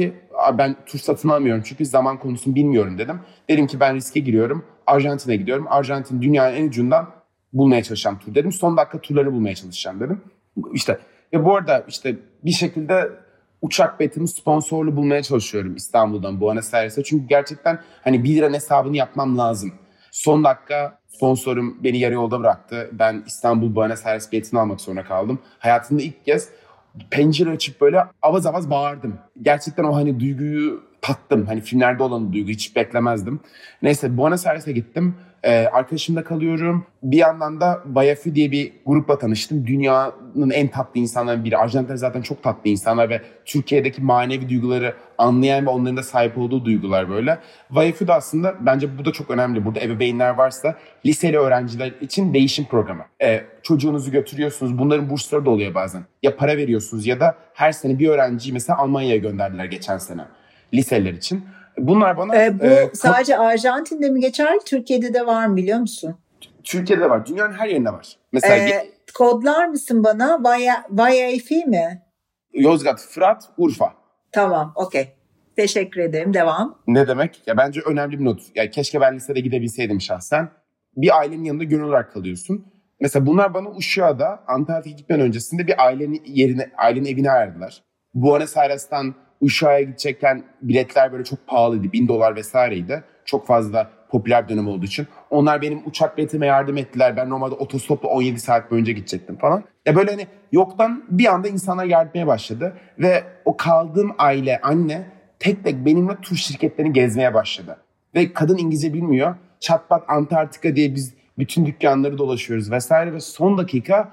Ben tur satın almıyorum çünkü zaman konusunu bilmiyorum dedim. Dedim ki ben riske giriyorum. Arjantin'e gidiyorum. Arjantin dünyanın en ucundan bulmaya çalışacağım tur dedim. Son dakika turları bulmaya çalışacağım dedim. İşte bu arada işte bir şekilde uçak biletimi sponsorlu bulmaya çalışıyorum İstanbul'dan Buenos Aires'e. Çünkü gerçekten hani 1 liranın hesabını yapmam lazım. Son dakika sponsorum beni yarı yolda bıraktı. Ben İstanbul Buenos Aires biletini almak zorunda kaldım. Hayatımda ilk kez pencere açıp böyle avaz avaz bağırdım. Gerçekten o hani duyguyu tattım. Hani filmlerde olan duygu hiç beklemezdim. Neyse Buenos Aires'e gittim. Arkadaşımda kalıyorum. Bir yandan da Bayafi diye bir grupla tanıştım. Dünyanın en tatlı insanların biri. Arjantinler zaten çok tatlı insanlar ve Türkiye'deki manevi duyguları anlayan ve onların da sahip olduğu duygular böyle. Bayafi de aslında bence bu da çok önemli. Burada ebeveynler varsa liseli öğrenciler için değişim programı. Çocuğunuzu götürüyorsunuz. Bunların bursları da oluyor bazen. Ya para veriyorsunuz ya da her sene bir öğrenciyi mesela Almanya'ya gönderdiler geçen sene. Liseler için. Bunlar bana... Bu sadece Arjantin'de mi geçerli? Türkiye'de de var mı biliyor musun? Türkiye'de var. Dünyanın her yerinde var. Mesela kodlar mısın bana? Bayafi mi? Yozgat, Fırat, Urfa. Tamam, okey. Teşekkür ederim. Devam. Ne demek? Ya bence önemli bir not. Yani keşke ben lisede gidebilseydim şahsen. Bir ailenin yanında gönül olarak kalıyorsun. Mesela bunlar bana Uşak'da Antalya'ya gitmeden öncesinde bir ailenin evine ayarladılar. Buenos Aires'ten Uşak'a gidecekken biletler böyle çok pahalıydı. $1000 vesaireydi. Çok fazla popüler bir dönem olduğu için. Onlar benim uçak biletime yardım ettiler. Ben normalde otostopla 17 saat boyunca gidecektim falan. Ya böyle hani yoktan bir anda insanlar yardım etmeye başladı. Ve o kaldığım aile, anne tek tek benimle tur şirketlerini gezmeye başladı. Ve kadın İngilizce bilmiyor. Çatpat Antarktika diye biz bütün dükkanları dolaşıyoruz vesaire. Ve son dakika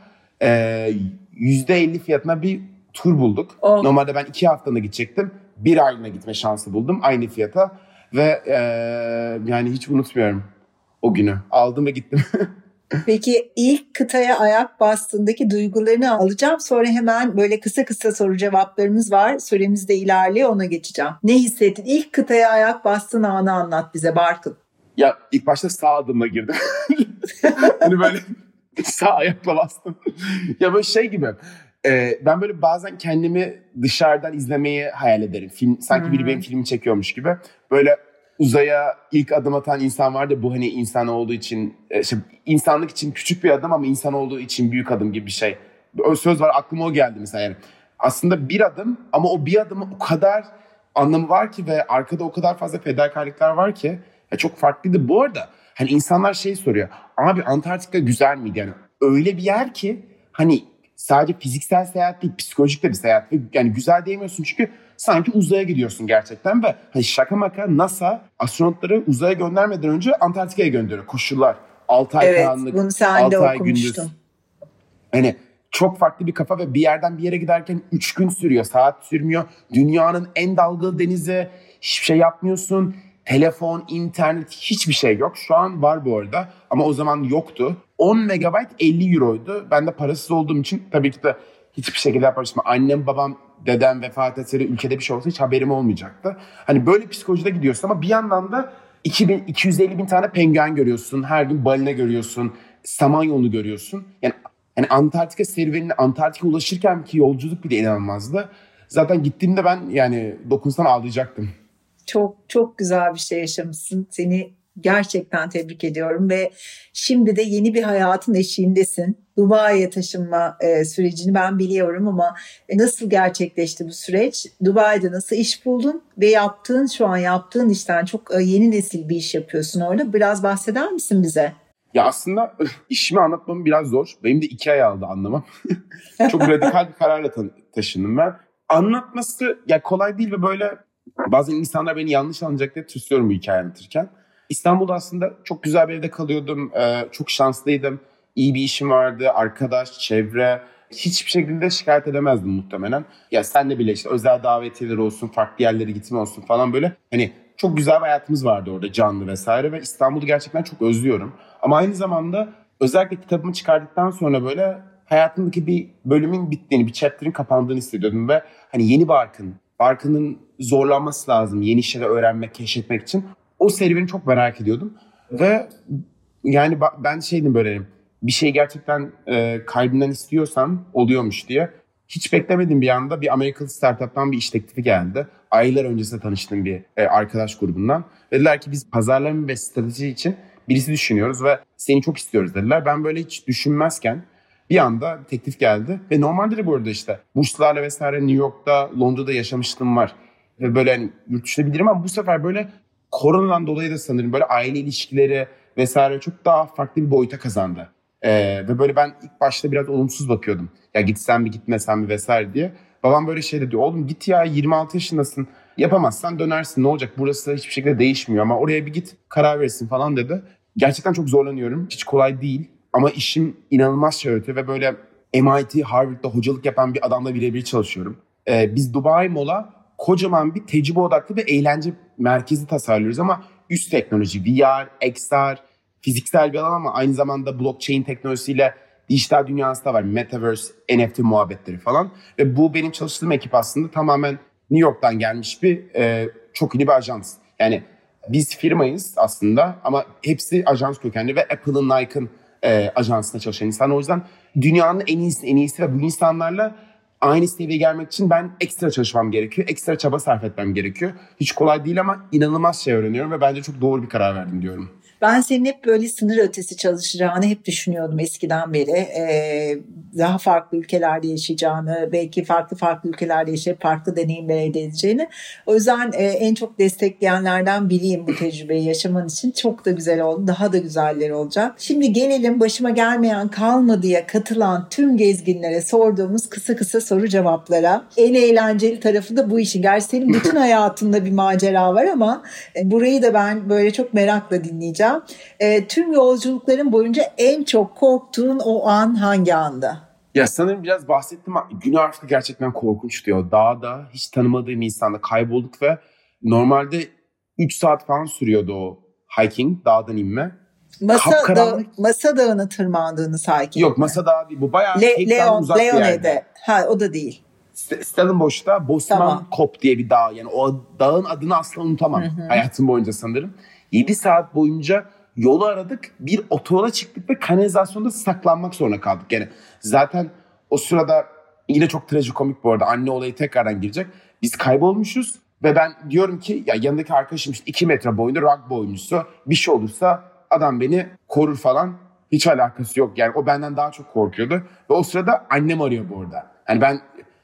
%50 fiyatına bir tur bulduk. Oh. Normalde ben 2 haftada gidecektim. 1 aylığına gitme şansı buldum aynı fiyata. Ve yani hiç unutmuyorum o günü. Aldım ve gittim. Peki ilk kıtaya ayak bastığındaki duygularını alacağım. Sonra hemen böyle kısa kısa soru cevaplarımız var. Süremiz de ilerliyor, ona geçeceğim. Ne hissettin? İlk kıtaya ayak bastığın anı anlat bize Barkın. Ya ilk başta sağ adımla girdim. Hani böyle sağ ayakla bastım. Ya böyle şey gibi. Ben böyle bazen kendimi dışarıdan izlemeyi hayal ederim. Sanki biri benim filmi çekiyormuş gibi. Böyle uzaya ilk adım atan insan vardı. Bu hani insan olduğu için, insanlık için küçük bir adım ama insan olduğu için büyük adım gibi bir şey. O söz var, aklıma o geldi mesela. Yani aslında bir adım ama o bir adımın o kadar anlamı var ki ve arkada o kadar fazla fedakarlıklar var ki çok farklıydı. Bu arada hani insanlar şey soruyor. Abi Antarktika güzel miydi? Yani öyle bir yer ki hani sadece fiziksel seyahat değil, psikolojik de bir seyahat. Yani güzel diyemiyorsun çünkü sanki uzaya gidiyorsun gerçekten ve hani şaka maka NASA astronotları uzaya göndermeden önce Antarktika'ya gönderiyor. Koşullar 6 ay karanlık, 6 ay gündüz. Hani çok farklı bir kafa ve bir yerden bir yere giderken 3 gün sürüyor, saat sürmüyor. Dünyanın en dalgalı denizi, hiçbir şey yapmıyorsun. Telefon, internet, hiçbir şey yok. Şu an var bu arada ama o zaman yoktu. 10 megabayt 50 euroydu. Ben de parasız olduğum için tabii ki de hiçbir şekilde yapmamıştım. Annem, babam, dedem vefat etseydi ülkede bir şey olsa hiç haberim olmayacaktı. Hani böyle psikolojide gidiyorsun ama bir yandan da 250 bin tane penguen görüyorsun. Her gün balina görüyorsun. Samanyolu görüyorsun. Yani Antarktika serüvenine, Antarktika ulaşırken ki yolculuk bile inanılmazdı. Zaten gittiğimde ben yani dokunsam ağlayacaktım. Çok çok güzel bir şey yaşamışsın. Seni gerçekten tebrik ediyorum ve şimdi de yeni bir hayatın eşiğindesin. Dubai'ye taşınma sürecini ben biliyorum ama nasıl gerçekleşti bu süreç? Dubai'de nasıl iş buldun ve şu an yaptığın işten çok yeni nesil bir iş yapıyorsun orada. Biraz bahseder misin bize? Ya aslında işimi anlatmam biraz zor. Benim de 2 ay aldı anlamam. Çok radikal bir kararla taşındım ben. Anlatması ya kolay değil ve böyle bazen insanlar beni yanlış anlayacak diye tırsıyorum bu hikaye anlatırken. İstanbul'da aslında çok güzel bir evde kalıyordum. Çok şanslıydım. İyi bir işim vardı. Arkadaş, çevre. Hiçbir şekilde şikayet edemezdim muhtemelen. Ya sen de bile işte özel davetiyeler olsun, farklı yerlere gitme olsun falan böyle. Hani çok güzel bir hayatımız vardı orada canlı vesaire ve İstanbul'u gerçekten çok özlüyorum. Ama aynı zamanda özellikle kitabımı çıkardıktan sonra böyle hayatımdaki bir bölümün bittiğini, bir chapter'ın kapandığını hissediyordum ve hani yeni Barkın'ın zorlanması lazım yeni şeyler öğrenmek, keşfetmek için. O serüveni çok merak ediyordum. Ve yani ben şeydim böyle bir şey gerçekten kalbinden istiyorsam oluyormuş diye. hiç beklemediğim bir anda bir Amerikalı startup'tan bir iş teklifi geldi. Aylar öncesinde tanıştığım bir arkadaş grubundan. Dediler ki biz pazarlama ve strateji için birisi düşünüyoruz ve seni çok istiyoruz dediler. Ben böyle hiç düşünmezken bir anda bir teklif geldi. Ve normalde de bu arada işte burslarla vesaire New York'ta, Londra'da yaşamışlığım var. Ve böyle hani yurt dışında bilirim ama bu sefer böyle koronadan dolayı da sanırım böyle aile ilişkileri vesaire çok daha farklı bir boyuta kazandı. Ve böyle ben ilk başta biraz olumsuz bakıyordum. Ya gitsem mi gitmesem mi vesaire diye. Babam böyle şey dedi, oğlum git ya 26 yaşındasın. Yapamazsan dönersin, ne olacak, burası hiçbir şekilde değişmiyor ama oraya bir git karar verirsin falan dedi. Gerçekten çok zorlanıyorum. Hiç kolay değil. Ama işim inanılmaz şöhreti ve böyle MIT, Harvard'da hocalık yapan bir adamla birebir çalışıyorum. Biz Dubai Mall'a kocaman bir tecrübe odaklı bir eğlence merkezi tasarlıyoruz ama üst teknoloji, VR, XR, fiziksel bir alan ama aynı zamanda blockchain teknolojisiyle dijital dünyası da var. Metaverse, NFT muhabbetleri falan. Ve bu benim çalıştığım ekip aslında tamamen New York'tan gelmiş bir çok ünlü bir ajans. Yani biz firmayız aslında ama hepsi ajans kökenli ve Apple'ın, Nike'ın ajansında çalışan insan. O yüzden dünyanın en iyisi ve bu insanlarla aynı seviyeye gelmek için ben ekstra çalışmam gerekiyor. Ekstra çaba sarf etmem gerekiyor. Hiç kolay değil ama inanılmaz şey öğreniyorum ve bence çok doğru bir karar verdim diyorum. Ben senin hep böyle sınır ötesi çalışacağını hep düşünüyordum eskiden beri. Daha farklı ülkelerde yaşayacağını, belki farklı ülkelerde yaşayıp farklı deneyimler elde edeceğini. O yüzden en çok destekleyenlerden biriyim bu tecrübeyi yaşaman için. Çok da güzel oldu. Daha da güzelleri olacak. Şimdi gelelim başıma gelmeyen kalmadıya katılan tüm gezginlere sorduğumuz kısa soru cevaplara. En eğlenceli tarafı da bu işin. Gerçi senin bütün hayatında bir macera var ama burayı da ben böyle çok merakla dinleyeceğim. Tüm yolculukların boyunca en çok korktuğun o an hangi anda? Ya sanırım biraz bahsettim ama Güney Afrika gerçekten korkunç diyor. Dağda hiç tanımadığım insanla kaybolduk ve normalde 3 saat falan sürüyordu o hiking, dağdan inme. Masa Dağı'na tırmandığınız hiking. Yok, Masa Dağı değil, bu bayağı uzak bir yerde. Ha, o da değil. Stellenbosch'ta Bosman Kop diye bir dağ. Yani o dağın adını asla unutamam hayatım boyunca sanırım. 7 saat boyunca yolu aradık. Bir otoyola çıktık ve kanalizasyonda saklanmak zorunda kaldık. Yani zaten o sırada yine çok trajikomik bu arada. Anne olayı tekrardan girecek. Biz kaybolmuşuz ve ben diyorum ki ya yanındaki arkadaşım işte 2 metre boyunda rugby oyuncusu. Bir şey olursa adam beni korur falan. Hiç alakası yok. Yani o benden daha çok korkuyordu. Ve o sırada annem arıyor bu arada. Yani ben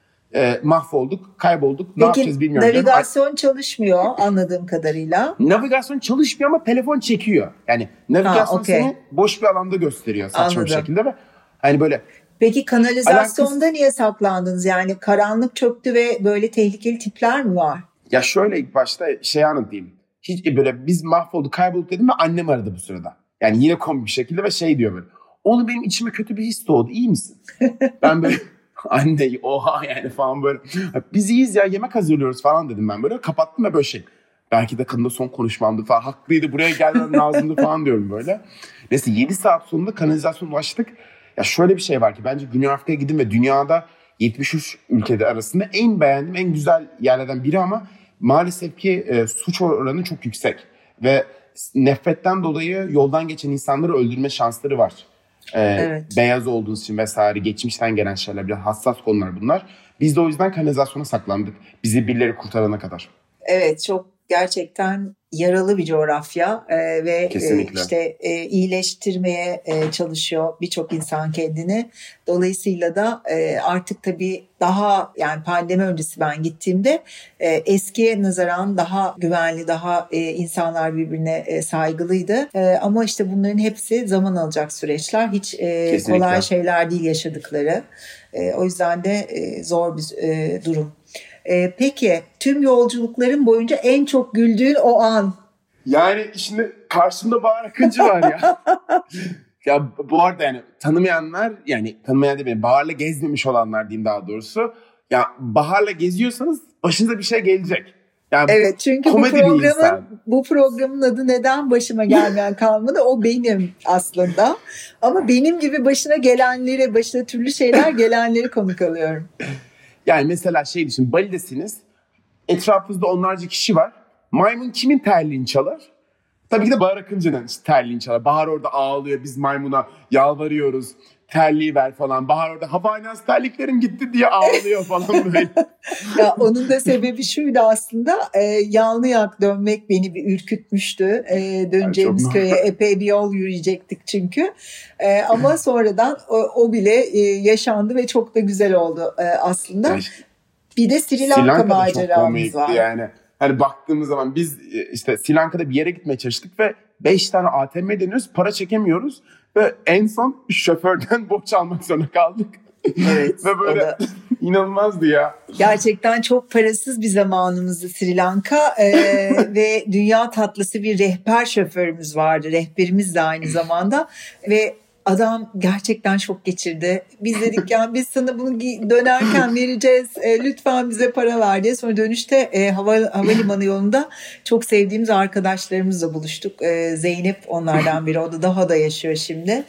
mahvolduk, kaybolduk. Peki, ne yapacağız bilmiyorum. Navigasyon çalışmıyor anladığım kadarıyla. Navigasyon çalışmıyor ama telefon çekiyor. Yani navigasyon seni boş bir alanda gösteriyor saçma bir şekilde ve hani böyle. Peki kanalizasyonda niye saklandınız? Yani karanlık çöktü ve böyle tehlikeli tipler mi var? Ya şöyle ilk başta anlatayım. Hiç böyle biz mahvolduk, kaybolduk dedim ve annem aradı bu sırada. Yani yine komik bir şekilde ve diyor böyle. Onu benim içime kötü bir his doğdu. İyi misin? Ben böyle anne oha yani falan böyle. Biz iyiyiz ya, yemek hazırlıyoruz falan dedim ben böyle. Kapattım ve böyle belki de kadında son konuşmamdı falan. Haklıydı, buraya gelmem lazımdı falan diyorum böyle. Neyse 7 saat sonunda kanalizasyona ulaştık. Ya şöyle bir şey var ki bence Güney Afrika'ya gidin ve dünyada 73 ülkede arasında en beğendiğim, en güzel yerlerden biri ama maalesef ki suç oranı çok yüksek. Ve nefretten dolayı yoldan geçen insanları öldürme şansları var. Evet. Beyaz olduğunuz için vesaire, geçmişten gelen şeyler, biraz hassas konular bunlar. Biz de o yüzden kanalizasyona saklandık. Bizi birileri kurtarana kadar. Evet, çok gerçekten yaralı bir coğrafya ve işte iyileştirmeye çalışıyor birçok insan kendini. Dolayısıyla da artık tabii daha, yani pandemi öncesi ben gittiğimde eskiye nazaran daha güvenli, daha insanlar birbirine saygılıydı. Ama işte bunların hepsi zaman alacak süreçler. Hiç kolay şeyler değil yaşadıkları. O yüzden de zor bir durum. Peki tüm yolculukların boyunca en çok güldüğün o an? Yani şimdi karşımda Bahar Akıncı var ya. Ya bu arada yani tanımayanlar, yani tanımayan değil, Bahar'la gezmemiş olanlar diyeyim daha doğrusu. Ya Bahar'la geziyorsanız başınıza bir şey gelecek. Yani evet, çünkü bu programın adı neden başıma gelmeyen kalmadı, o benim aslında. Ama benim gibi başına türlü şeyler gelenleri konuk alıyorum. Yani mesela düşün, Bali'desiniz, etrafınızda onlarca kişi var. Maymun kimin terliğini çalar? Tabii ki de Bahar Akıncı'nın işte terliğini çalar. Bahar orada ağlıyor, biz maymuna yalvarıyoruz. Terliği ver falan. Bahar orada Havainas terliklerim gitti diye ağlıyor falan böyle. Ya onun da sebebi şuydu aslında, Yanlıyak dönmek beni bir ürkütmüş,tü. Döneceğimiz Çok köye epey bir yol yürüyecektik çünkü. Ama sonradan o bile yaşandı ve çok da güzel oldu aslında. Yani Bir de Sri Lanka Sri Lanka'da çok maceramız komikti var. yani. Hani baktığımız zaman biz işte Sri Lanka'da bir yere gitmeye çalıştık ve 5 tane ATM deniyoruz, para çekemiyoruz ve en son şoförden borç almak zorunda kaldık. Evet. Ve böyle da inanılmazdı ya. gerçekten çok parasız bir zamanımızdı Sri Lanka ve dünya tatlısı bir rehber şoförümüz vardı. Rehberimiz de aynı zamanda ve adam gerçekten şok geçirdi. Biz dedik ya biz sana bunu dönerken vereceğiz. Lütfen bize para ver diye. Sonra dönüşte havalimanı yolunda çok sevdiğimiz arkadaşlarımızla buluştuk. Zeynep onlardan biri. O da daha da yaşıyor şimdi.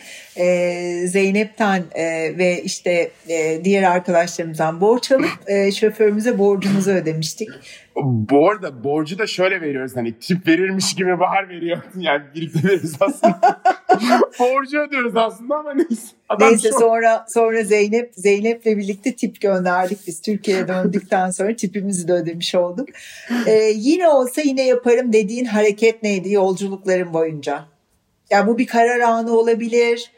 Zeynep'ten ve işte diğer arkadaşlarımızdan borç alıp şoförümüze borcumuzu ödemiştik. Bu arada borcu da şöyle veriyoruz, hani tip verirmiş gibi Bahar veriyor. Yani birlikte veririz aslında. Borcu ödüyoruz aslında ama neyse. Neyse sonra Zeynep'le birlikte tip gönderdik biz. Türkiye'ye döndükten sonra tipimizi de ödemiş olduk. Yine olsa yine yaparım dediğin hareket neydi yolculukların boyunca? Yani bu bir karar anı olabilir.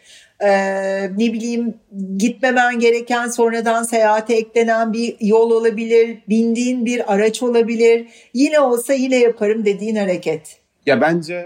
Ne bileyim gitmemen gereken sonradan seyahate eklenen bir yol olabilir. Bindiğin bir araç olabilir. Yine olsa yine yaparım dediğin hareket. Ya bence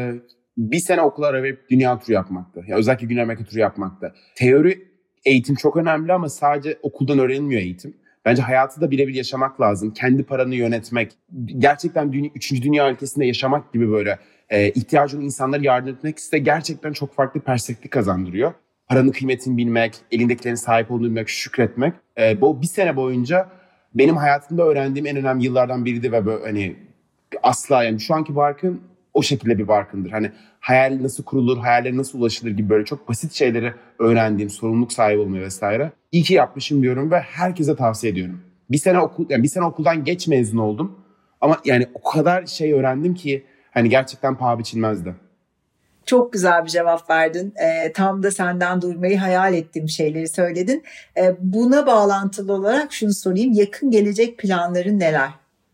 bir sene okul ara verip dünya turu yapmaktı. Ya özellikle Güney Amerika turu yapmaktı. Teori eğitim çok önemli ama sadece okuldan öğrenilmiyor eğitim. Bence hayatı da birebir yaşamak lazım. Kendi paranı yönetmek, gerçekten 3. dünya ülkesinde yaşamak gibi böyle ihtiyacı olan insanlara yardım etmek size gerçekten çok farklı perspektif kazandırıyor. Paranın kıymetini bilmek, elindekilerin sahip olduğunu bilmek, şükretmek. Bu bir sene boyunca benim hayatımda öğrendiğim en önemli yıllardan biriydi ve böyle hani asla, yani şu anki Barkın o şekilde bir Barkın'dır. Hani hayal nasıl kurulur, hayallere nasıl ulaşılır gibi böyle çok basit şeyleri öğrendiğim, sorumluluk sahibi olmayı vesaire. İyi ki yapmışım diyorum ve herkese tavsiye ediyorum. Bir sene okuldan geç mezun oldum. Ama yani o kadar şey öğrendim ki hani gerçekten paha biçilmezdi. Çok güzel bir cevap verdin. Tam da senden duymayı hayal ettiğim şeyleri söyledin. Buna bağlantılı olarak şunu sorayım. Yakın gelecek planların neler?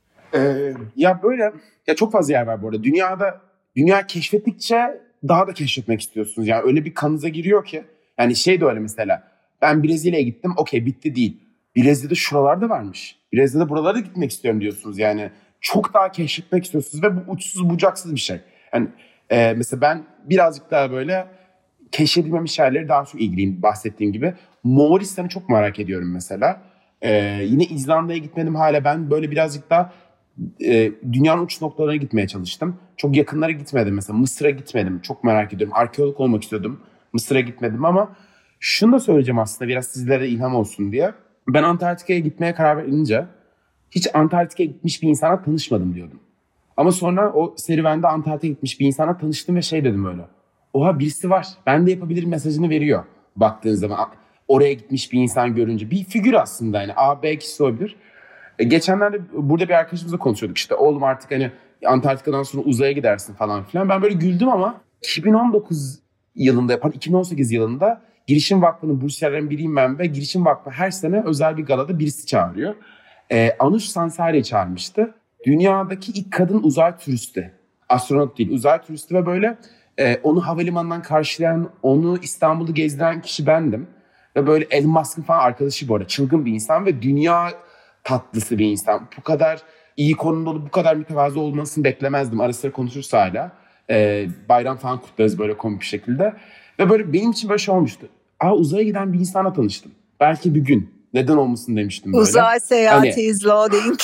Ya böyle ya çok fazla yer var bu arada. Dünya keşfettikçe daha da keşfetmek istiyorsunuz. Yani öyle bir kanınıza giriyor ki. Yani şey de öyle mesela. Ben Brezilya'ya gittim. Okey, bitti değil. Brezilya'da şuralarda varmış. Brezilya'da buralara da gitmek istiyorum diyorsunuz. Yani çok daha keşfetmek istiyorsunuz ve bu uçsuz bucaksız bir şey. Yani mesela ben birazcık daha böyle keşfedilmemiş yerleri daha çok ilgiliyim, bahsettiğim gibi. Moğolistan'ı çok merak ediyorum mesela. Yine İzlanda'ya gitmedim hala. Ben böyle birazcık daha dünyanın uç noktalarına gitmeye çalıştım. Çok yakınlara gitmedim mesela. Mısır'a gitmedim. Çok merak ediyorum. Arkeolog olmak istiyordum. Mısır'a gitmedim ama şunu da söyleyeceğim aslında biraz sizlere ilham olsun diye. Ben Antarktika'ya gitmeye karar verince hiç Antarktika'ya gitmiş bir insana tanışmadım diyordum. Ama sonra o serüvende Antarktika'ya gitmiş bir insana tanıştım ve şey dedim öyle. Oha, birisi var. Ben de yapabilirim mesajını veriyor. Baktığın zaman oraya gitmiş bir insan görünce. Bir figür aslında, yani A, B kişisi olabilir. Geçenlerde burada bir arkadaşımızla konuşuyorduk işte. Oğlum artık hani Antarktika'dan sonra uzaya gidersin falan filan. Ben böyle güldüm ama 2019 yılında 2018 yılında Girişim Vakfı'nın bursiyerlerinden biriyim ben ve Girişim Vakfı her sene özel bir galada birisi çağırıyor. Anush Sansari'yi çağırmıştı. Dünyadaki ilk kadın uzay turisti. Astronot değil, uzay turisti ve böyle onu havalimanından karşılayan, onu İstanbul'u gezdiren kişi bendim. Ve böyle Elon Musk'ın falan arkadaşı bu arada. Çılgın bir insan ve dünya tatlısı bir insan. Bu kadar iyi konumda olup bu kadar mütevazı olmasını beklemezdim. Ara sıra konuşursa hala. Bayram falan kutlarız böyle komik bir şekilde. Ve böyle benim için böyle şey olmuştu. Uzaya giden bir insana tanıştım. Belki bir gün. Neden olmasın demiştim böyle. Uzay seyahati hani... is loading.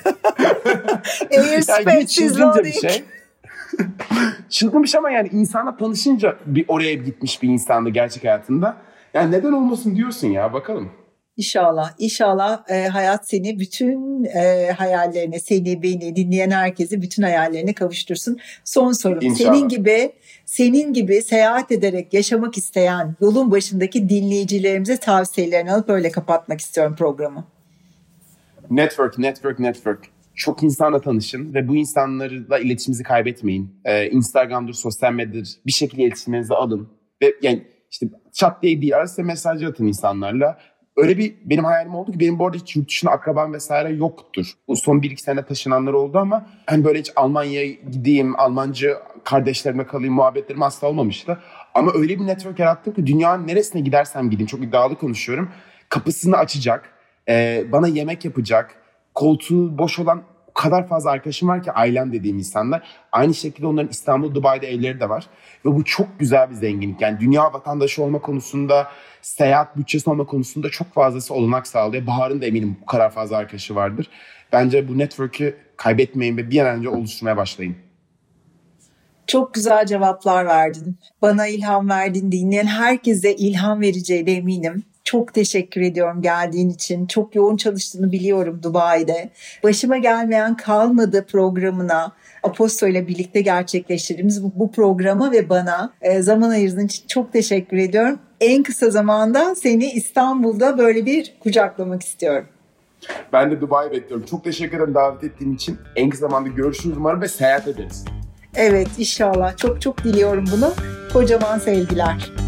Airspace is loading. Bir şey. Çılgın bir şey ama yani insana tanışınca bir oraya gitmiş bir insandı gerçek hayatında. Yani neden olmasın diyorsun ya, bakalım. İnşallah hayat seni bütün hayallerine, seni, beni, dinleyen herkesi bütün hayallerine kavuştursun. Son sorum. İnşallah. Senin gibi seyahat ederek yaşamak isteyen yolun başındaki dinleyicilerimize tavsiyelerini alıp öyle kapatmak istiyorum programı. Network. Çok insanla tanışın ve bu insanlarla iletişiminizi kaybetmeyin. Instagram'dır, sosyal medyadır, bir şekilde iletişiminizi alın. Ve yani işte chat diye değil, arası mesaj atın insanlarla. Öyle bir benim hayalim oldu ki benim bu arada hiç yurt dışına akrabam vesaire yoktur. Bu son 1-2 sene taşınanlar oldu ama hani böyle hiç Almanya'ya gideyim, Almancı kardeşlerime kalayım muhabbetlerim asla olmamıştı. Ama öyle bir network yarattım ki dünyanın neresine gidersem gideyim, çok iddialı konuşuyorum, kapısını açacak, bana yemek yapacak, koltuğu boş olan o kadar fazla arkadaşım var ki, ailem dediğim insanlar. Aynı şekilde onların İstanbul, Dubai'de evleri de var. Ve bu çok güzel bir zenginlik. Yani dünya vatandaşı olma konusunda, seyahat bütçesi olma konusunda çok fazlası olanak sağlıyor. Bahar'ın da eminim bu kadar fazla arkadaşı vardır. Bence bu network'ü kaybetmeyin ve bir an önce oluşturmaya başlayın. Çok güzel cevaplar verdin. Bana ilham verdin. Dinleyen herkese ilham vereceğine eminim. Çok teşekkür ediyorum geldiğin için. Çok yoğun çalıştığını biliyorum Dubai'de. Başıma gelmeyen kalmadı programına, Aposto ile birlikte gerçekleştirdiğimiz bu programa ve bana zaman ayırdığın için çok teşekkür ediyorum. En kısa zamanda seni İstanbul'da böyle bir kucaklamak istiyorum. Ben de Dubai'yi bekliyorum. Çok teşekkür ederim davet ettiğin için. En kısa zamanda görüşürüz umarım ve seyahat ederiz. Evet, inşallah. Çok çok diliyorum bunu. Kocaman sevgiler.